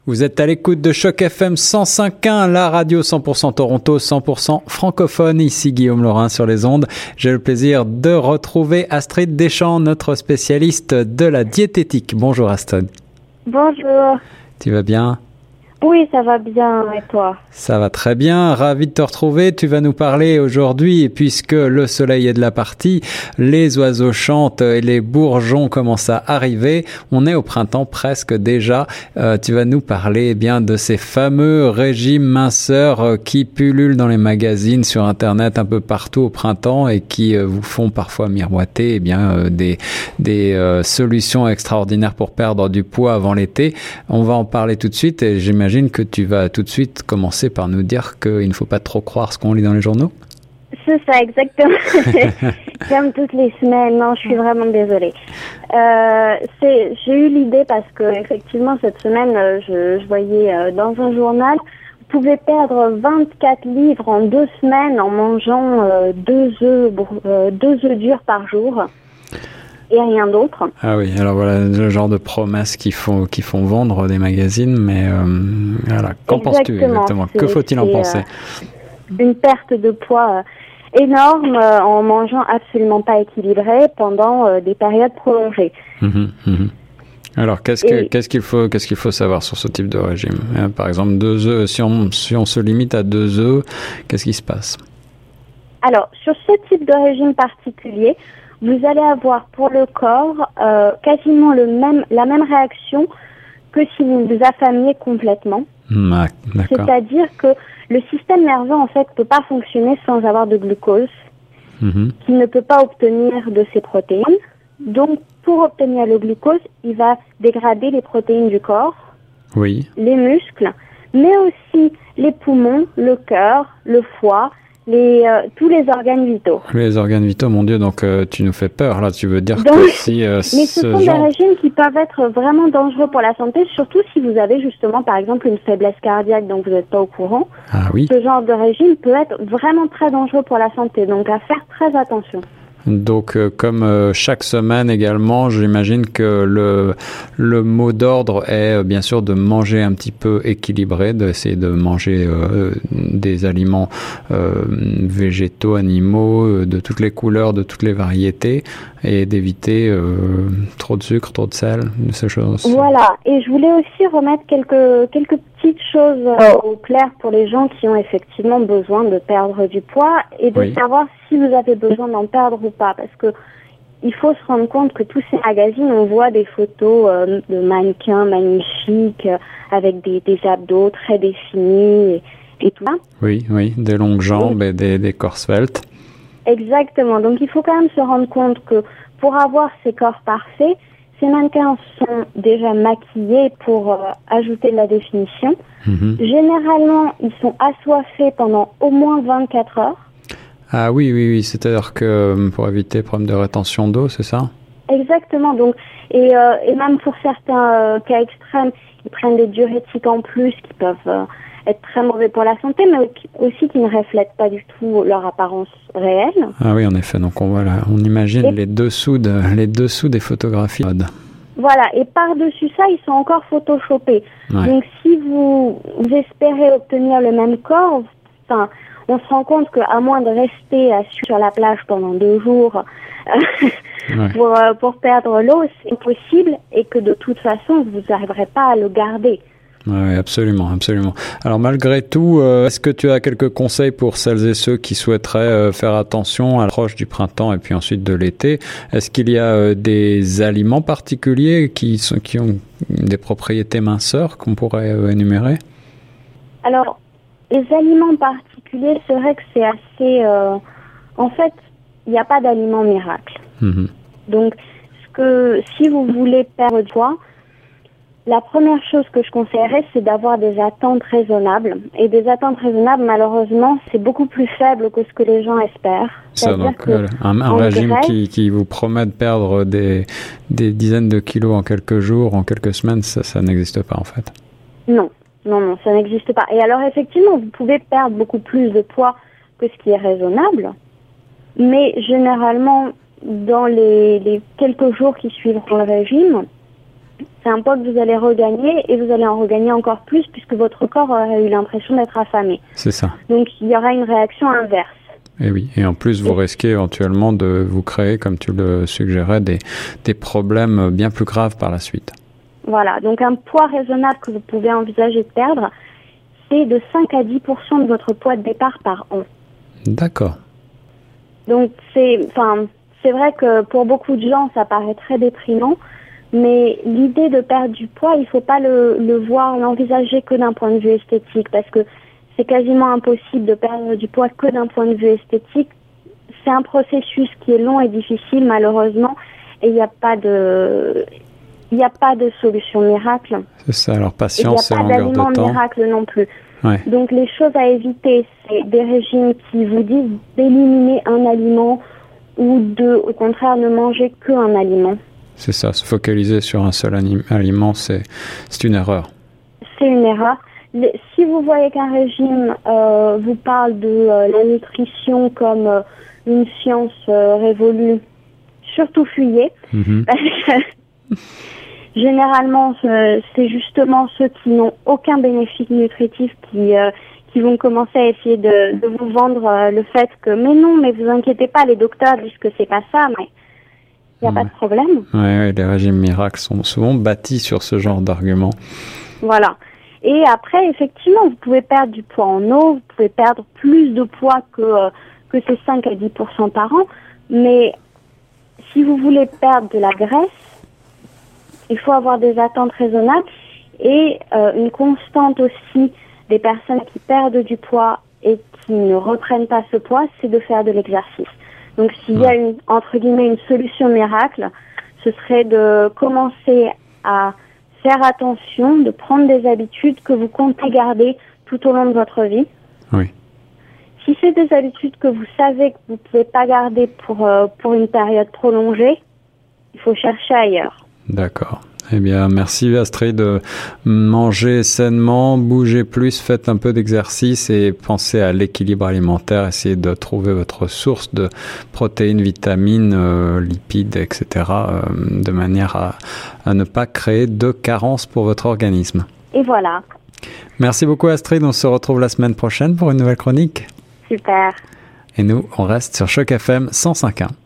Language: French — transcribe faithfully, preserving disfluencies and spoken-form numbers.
Vous êtes à l'écoute de Choc F M cent cinq point un, la radio cent pour cent Toronto, cent pour cent francophone. Ici Guillaume Laurin sur les ondes. J'ai le plaisir de retrouver Astrid Deschamps, notre spécialiste de la diététique. Bonjour Astrid. Bonjour. Tu vas bien ? Oui, ça va bien, et toi ? Ça va très bien, ravi de te retrouver. Tu vas nous parler aujourd'hui, puisque le soleil est de la partie, les oiseaux chantent et les bourgeons commencent à arriver. On est au printemps presque déjà. Euh, tu vas nous parler eh bien de ces fameux régimes minceurs euh, qui pullulent dans les magazines, sur Internet, un peu partout au printemps et qui euh, vous font parfois miroiter eh bien euh, des des euh, solutions extraordinaires pour perdre du poids avant l'été. On va en parler tout de suite et j'imagine que tu vas tout de suite commencer par nous dire qu'il ne faut pas trop croire ce qu'on lit dans les journaux. C'est ça, exactement. Comme toutes les semaines. Non, je suis vraiment désolée. Euh, c'est, j'ai eu l'idée parce que effectivement cette semaine, je, je voyais euh, dans un journal, vous pouvez perdre vingt-quatre livres en deux semaines en mangeant euh, deux œufs, euh, deux œufs durs par jour. Et rien d'autre. Ah oui, alors voilà le genre de promesses qui font qui font vendre des magazines, mais euh, voilà. Qu'en penses-tu exactement ? Que faut-il en penser ? euh, Une perte de poids euh, énorme euh, en mangeant absolument pas équilibré pendant euh, des périodes prolongées. Mmh, mmh. Alors qu'est-ce que Et... qu'est-ce qu'il faut qu'est-ce qu'il faut savoir sur ce type de régime ? euh, Par exemple, deux œufs. Si on si on se limite à deux œufs, qu'est-ce qui se passe ? Alors sur ce type de régime particulier, vous allez avoir pour le corps euh, quasiment le même, la même réaction que si vous vous affamiez complètement. Ah, d'accord. C'est-à-dire que le système nerveux, en fait, peut pas fonctionner sans avoir de glucose, mm-hmm. qu'il ne peut pas obtenir de ses protéines. Donc, pour obtenir le glucose, il va dégrader les protéines du corps, oui. les muscles, mais aussi les poumons, le cœur, le foie, Les, euh, tous les organes vitaux. Les organes vitaux, mon Dieu, donc euh, tu nous fais peur, là, tu veux dire donc, que si... Euh, mais ce, ce sont genre... des régimes qui peuvent être vraiment dangereux pour la santé, surtout si vous avez justement, par exemple, une faiblesse cardiaque dont vous n'êtes pas au courant. Ah oui. Ce genre de régime peut être vraiment très dangereux pour la santé, donc à faire très attention. Donc, euh, comme euh, chaque semaine également, j'imagine que le le mot d'ordre est euh, bien sûr de manger un petit peu équilibré, d'essayer de manger euh, des aliments euh, végétaux, animaux, euh, de toutes les couleurs, de toutes les variétés, et d'éviter euh, trop de sucre, trop de sel, de ces choses. Voilà. Et je voulais aussi remettre quelques quelques petites choses euh, au clair pour les gens qui ont effectivement besoin de perdre du poids et de oui. savoir si vous avez besoin d'en perdre ou pas, parce que il faut se rendre compte que tous ces magazines, on voit des photos euh, de mannequins magnifiques euh, avec des, des abdos très définis et, et tout ça. Oui, oui, des longues jambes et, et des, des corps sveltes. Exactement. Donc il faut quand même se rendre compte que pour avoir ces corps parfaits, ces mannequins sont déjà maquillés pour euh, ajouter de la définition. Mm-hmm. Généralement, ils sont assoiffés pendant au moins vingt-quatre heures. Ah oui, oui, oui. C'est-à-dire que pour éviter problème de rétention d'eau, c'est ça ? Exactement. Donc, et, euh, et même pour certains euh, cas extrêmes, ils prennent des diurétiques en plus qui peuvent euh, être très mauvais pour la santé, mais aussi qui ne reflètent pas du tout leur apparence réelle. Ah oui, en effet. Donc on voilà, on imagine et les dessous de les dessous des photographies. Voilà. Et par-dessus ça, ils sont encore photoshopés. Ouais. Donc si vous, vous espérez obtenir le même corps, enfin, on se rend compte qu'à moins de rester assis sur la plage pendant deux jours ouais. pour, euh, pour perdre l'eau, c'est impossible et que de toute façon, vous n'arriverez pas à le garder. Oui, absolument, absolument. Alors malgré tout, euh, est-ce que tu as quelques conseils pour celles et ceux qui souhaiteraient euh, faire attention à l'approche du printemps et puis ensuite de l'été ? Est-ce qu'il y a euh, des aliments particuliers qui, sont, qui ont des propriétés minceurs qu'on pourrait euh, énumérer ? Alors, les aliments particuliers, c'est vrai que c'est assez... Euh, en fait, il n'y a pas d'aliment miracle. Mm-hmm. Donc, ce que, si vous voulez perdre du poids, la première chose que je conseillerais, c'est d'avoir des attentes raisonnables. Et des attentes raisonnables, malheureusement, c'est beaucoup plus faible que ce que les gens espèrent. Ça, donc, que, un, un régime Grèce, qui, qui vous promet de perdre des, des dizaines de kilos en quelques jours, en quelques semaines, ça, ça n'existe pas, en fait. Non, non, non, ça n'existe pas. Et alors, effectivement, vous pouvez perdre beaucoup plus de poids que ce qui est raisonnable. Mais généralement, dans les, les quelques jours qui suivront le régime, c'est un poids que vous allez regagner et vous allez en regagner encore plus puisque votre corps aura eu l'impression d'être affamé. C'est ça. Donc il y aura une réaction inverse. Et oui, et en plus vous risquez éventuellement de vous créer, comme tu le suggérais, des, des problèmes bien plus graves par la suite. Voilà, donc un poids raisonnable que vous pouvez envisager de perdre, c'est de cinq à dix pour cent de votre poids de départ par an. D'accord. Donc c'est, enfin, c'est vrai que pour beaucoup de gens ça paraît très déprimant, mais l'idée de perdre du poids, il ne faut pas le, le voir, l'envisager que d'un point de vue esthétique, parce que c'est quasiment impossible de perdre du poids que d'un point de vue esthétique. C'est un processus qui est long et difficile, malheureusement, et il n'y a pas de, il n'y a pas de solution miracle. C'est ça, alors patience et longueur de temps. Il n'y a pas d'aliment miracle non plus. Ouais. Donc les choses à éviter, c'est des régimes qui vous disent d'éliminer un aliment ou de, au contraire, ne manger qu'un aliment. C'est ça, se focaliser sur un seul anim- aliment, c'est, c'est une erreur. C'est une erreur. Les, si vous voyez qu'un régime euh, vous parle de euh, la nutrition comme euh, une science euh, révolue, surtout fuyez. Mm-hmm. Parce que généralement, c'est justement ceux qui n'ont aucun bénéfice nutritif qui, euh, qui vont commencer à essayer de, de vous vendre euh, le fait que mais non, mais vous inquiétez pas, les docteurs disent que c'est pas ça, mais il n'y a mmh. pas de problème. Oui, ouais, les régimes miracles sont souvent bâtis sur ce genre d'arguments. Voilà. Et après, effectivement, vous pouvez perdre du poids en eau, vous pouvez perdre plus de poids que, euh, que ces cinq à dix pour cent par an, mais si vous voulez perdre de la graisse, il faut avoir des attentes raisonnables et euh, une constante aussi des personnes qui perdent du poids et qui ne reprennent pas ce poids, c'est de faire de l'exercice. Donc s'il y a une, entre guillemets une solution miracle, ce serait de commencer à faire attention, de prendre des habitudes que vous comptez garder tout au long de votre vie. Oui. Si c'est des habitudes que vous savez que vous ne pouvez pas garder pour, euh, pour une période prolongée, il faut chercher ailleurs. D'accord. Eh bien, merci Astrid de manger sainement, bouger plus, faites un peu d'exercice et pensez à l'équilibre alimentaire, essayez de trouver votre source de protéines, vitamines, euh, lipides, et cetera, euh, de manière à, à ne pas créer de carence pour votre organisme. Et voilà. Merci beaucoup Astrid, on se retrouve la semaine prochaine pour une nouvelle chronique. Super. Et nous, on reste sur Choc F M cent cinq point un.